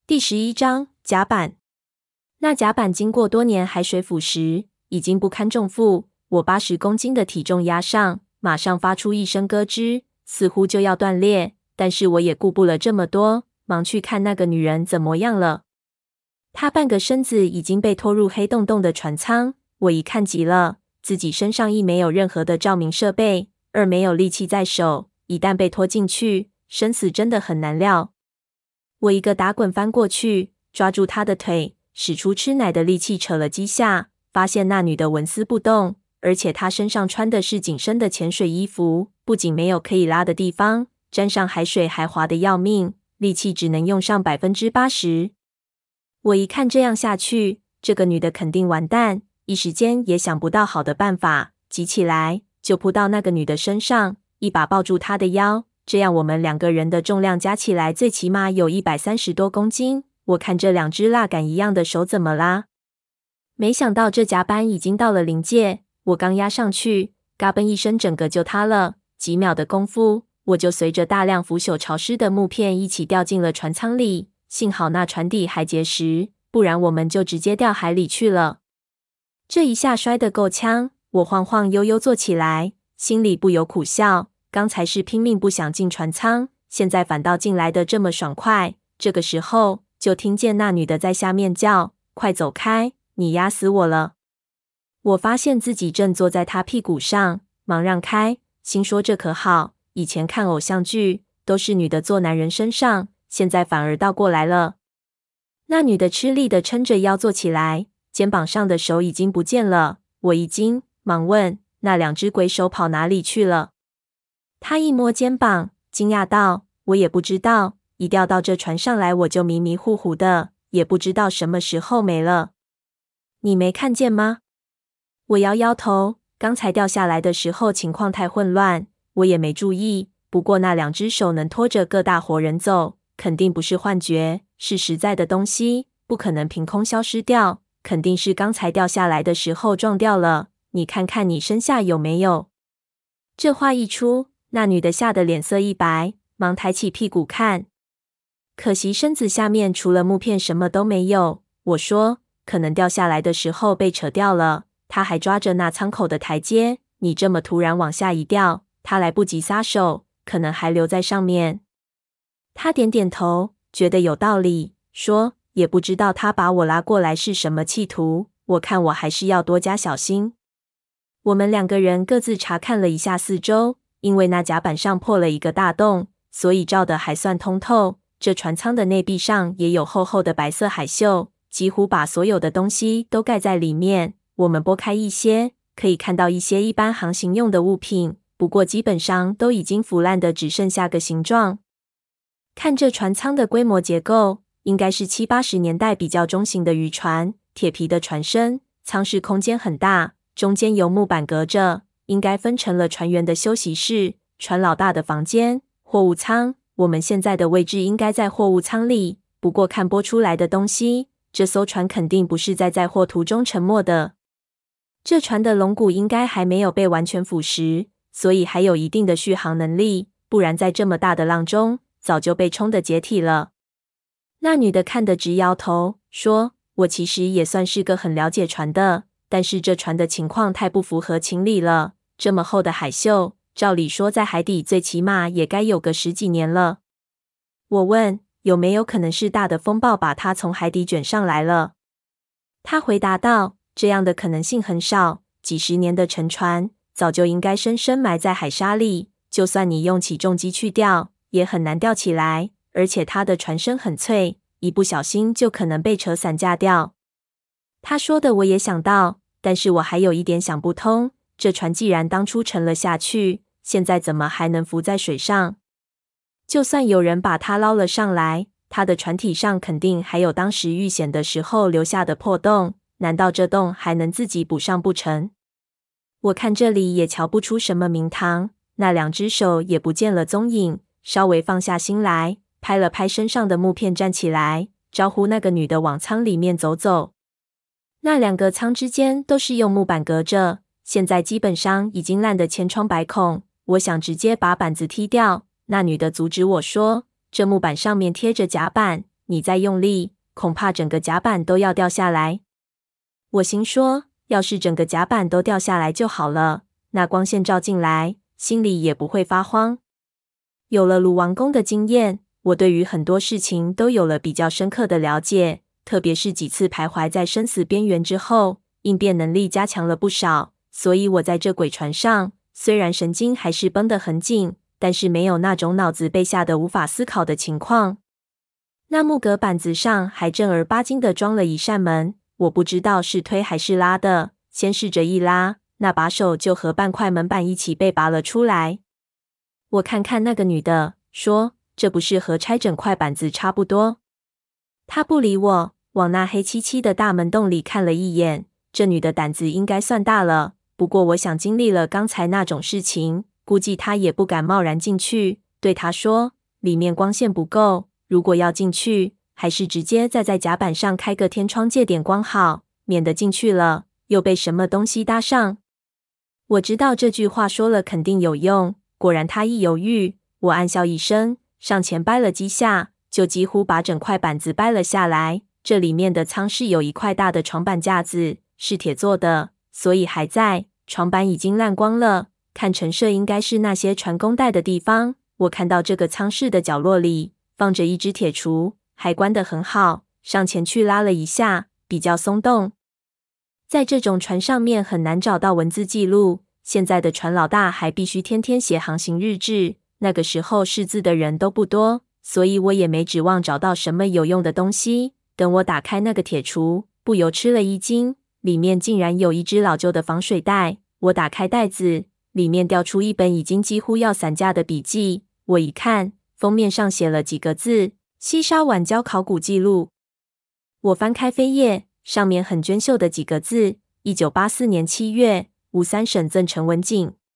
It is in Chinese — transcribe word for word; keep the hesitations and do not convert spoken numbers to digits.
第十一章甲板。那甲板经过多年海水腐蚀，已经不堪重负，我八十公斤的体重压上，马上发出一声咯吱，似乎就要断裂。但是我也顾不了这么多，忙去看那个女人怎么样了。她半个身子已经被拖入黑洞洞的船舱，我一看急了，自己身上一没有任何的照明设备，二没有力气在手，一旦被拖进去，生死真的很难料。我一个打滚翻过去，抓住她的腿，使出吃奶的力气扯了几下，发现那女的纹丝不动，而且她身上穿的是紧身的潜水衣服，不仅没有可以拉的地方，沾上海水还滑得要命，力气只能用上 百分之八十。 我一看这样下去，这个女的肯定完蛋，一时间也想不到好的办法，急起来就扑到那个女的身上，一把抱住她的腰，这样我们两个人的重量加起来最起码有一百三十多公斤。我看这两只蜡杆一样的手怎么啦？没想到这甲板已经到了临界，我刚压上去，嘎嘣一声整个就塌了，几秒的功夫，我就随着大量腐朽潮湿的木片一起掉进了船舱里。幸好那船底还结实，不然我们就直接掉海里去了。这一下摔得够呛，我晃晃悠悠坐起来，心里不由苦笑，刚才是拼命不想进船舱，现在反倒进来的这么爽快。这个时候就听见那女的在下面叫：快走开，你压死我了。我发现自己正坐在她屁股上，忙让开，心说这可好，以前看偶像剧都是女的坐男人身上，现在反而倒过来了。那女的吃力地撑着腰坐起来，肩膀上的手已经不见了。我一惊，忙问：那两只鬼手跑哪里去了？她一摸肩膀，惊讶道：我也不知道，一掉到这船上来我就迷迷糊糊的，也不知道什么时候没了。你没看见吗？我摇摇头，刚才掉下来的时候情况太混乱，我也没注意，不过那两只手能拖着个大活人走，肯定不是幻觉，是实在的东西，不可能凭空消失掉，肯定是刚才掉下来的时候撞掉了。你看看你身下有没有？这话一出，那女的吓得脸色一白，忙抬起屁股看。可惜身子下面除了木片什么都没有。我说，可能掉下来的时候被扯掉了，她还抓着那舱口的台阶，你这么突然往下一掉，她来不及撒手，可能还留在上面。他点点头，觉得有道理，说也不知道他把我拉过来是什么企图，我看我还是要多加小心。我们两个人各自查看了一下四周，因为那甲板上破了一个大洞，所以照得还算通透。这船舱的内壁上也有厚厚的白色海锈，几乎把所有的东西都盖在里面。我们拨开一些，可以看到一些一般航行用的物品，不过基本上都已经腐烂的只剩下个形状。看这船舱的规模结构，应该是七八十年代比较中型的渔船，铁皮的船身，舱室空间很大，中间由木板隔着，应该分成了船员的休息室、船老大的房间、货物舱。我们现在的位置应该在货物舱里，不过看播出来的东西，这艘船肯定不是在载货途中沉没的。这船的龙骨应该还没有被完全腐蚀，所以还有一定的续航能力，不然在这么大的浪中早就被冲得解体了。那女的看得直摇头，说：我其实也算是个很了解船的，但是这船的情况太不符合情理了。这么厚的海锈，照理说在海底最起码也该有个十几年了。我问，有没有可能是大的风暴把它从海底卷上来了？她回答道：这样的可能性很少，几十年的沉船早就应该深深埋在海沙里，就算你用起重机去吊，也很难吊起来，而且它的船身很脆，一不小心就可能被扯散架掉。他说的我也想到，但是我还有一点想不通，这船既然当初沉了下去，现在怎么还能浮在水上？就算有人把它捞了上来，它的船体上肯定还有当时遇险的时候留下的破洞，难道这洞还能自己补上不成？我看这里也瞧不出什么名堂，那两只手也不见了踪影，稍微放下心来，拍了拍身上的木片站起来，招呼那个女的往舱里面走走。那两个舱之间都是用木板隔着，现在基本上已经烂得千疮百孔，我想直接把板子踢掉，那女的阻止我说，这木板上面贴着甲板， 你再用力，恐怕整个甲板都要掉下来。我心说，要是整个甲板都掉下来就好了，那光线照进来，心里也不会发慌。有了鲁王宫的经验，我对于很多事情都有了比较深刻的了解，特别是几次徘徊在生死边缘之后，应变能力加强了不少。所以我在这鬼船上，虽然神经还是绷得很紧，但是没有那种脑子被吓得无法思考的情况。那木格板子上还正儿八经地装了一扇门，我不知道是推还是拉的，先试着一拉，那把手就和半块门板一起被拔了出来。我看看那个女的，说：“这不是和拆整块板子差不多？”她不理我，往那黑漆漆的大门洞里看了一眼。这女的胆子应该算大了，不过我想经历了刚才那种事情，估计她也不敢贸然进去。对她说：“里面光线不够，如果要进去，还是直接再在甲板上开个天窗借点光好，免得进去了又被什么东西搭上。”我知道这句话说了肯定有用，果然她一犹豫，我暗笑一声，上前掰了几下，就几乎把整块板子掰了下来。这里面的舱室有一块大的床板架子，是铁做的，所以还在，床板已经烂光了，看陈设应该是那些船工带的地方。我看到这个舱室的角落里放着一只铁橱，还关得很好，上前去拉了一下，比较松动。在这种船上面很难找到文字记录，现在的船老大还必须天天写航行日志，那个时候识字的人都不多，所以我也没指望找到什么有用的东西。等我打开那个铁橱，不由吃了一惊，里面竟然有一只老旧的防水袋。我打开袋子，里面掉出一本已经几乎要散架的笔记。我一看，封面上写了几个字：西沙晚礁考古记录。我翻开扉页，上面很娟秀的几个字：一九八四年七月，吴三省赠陈文景。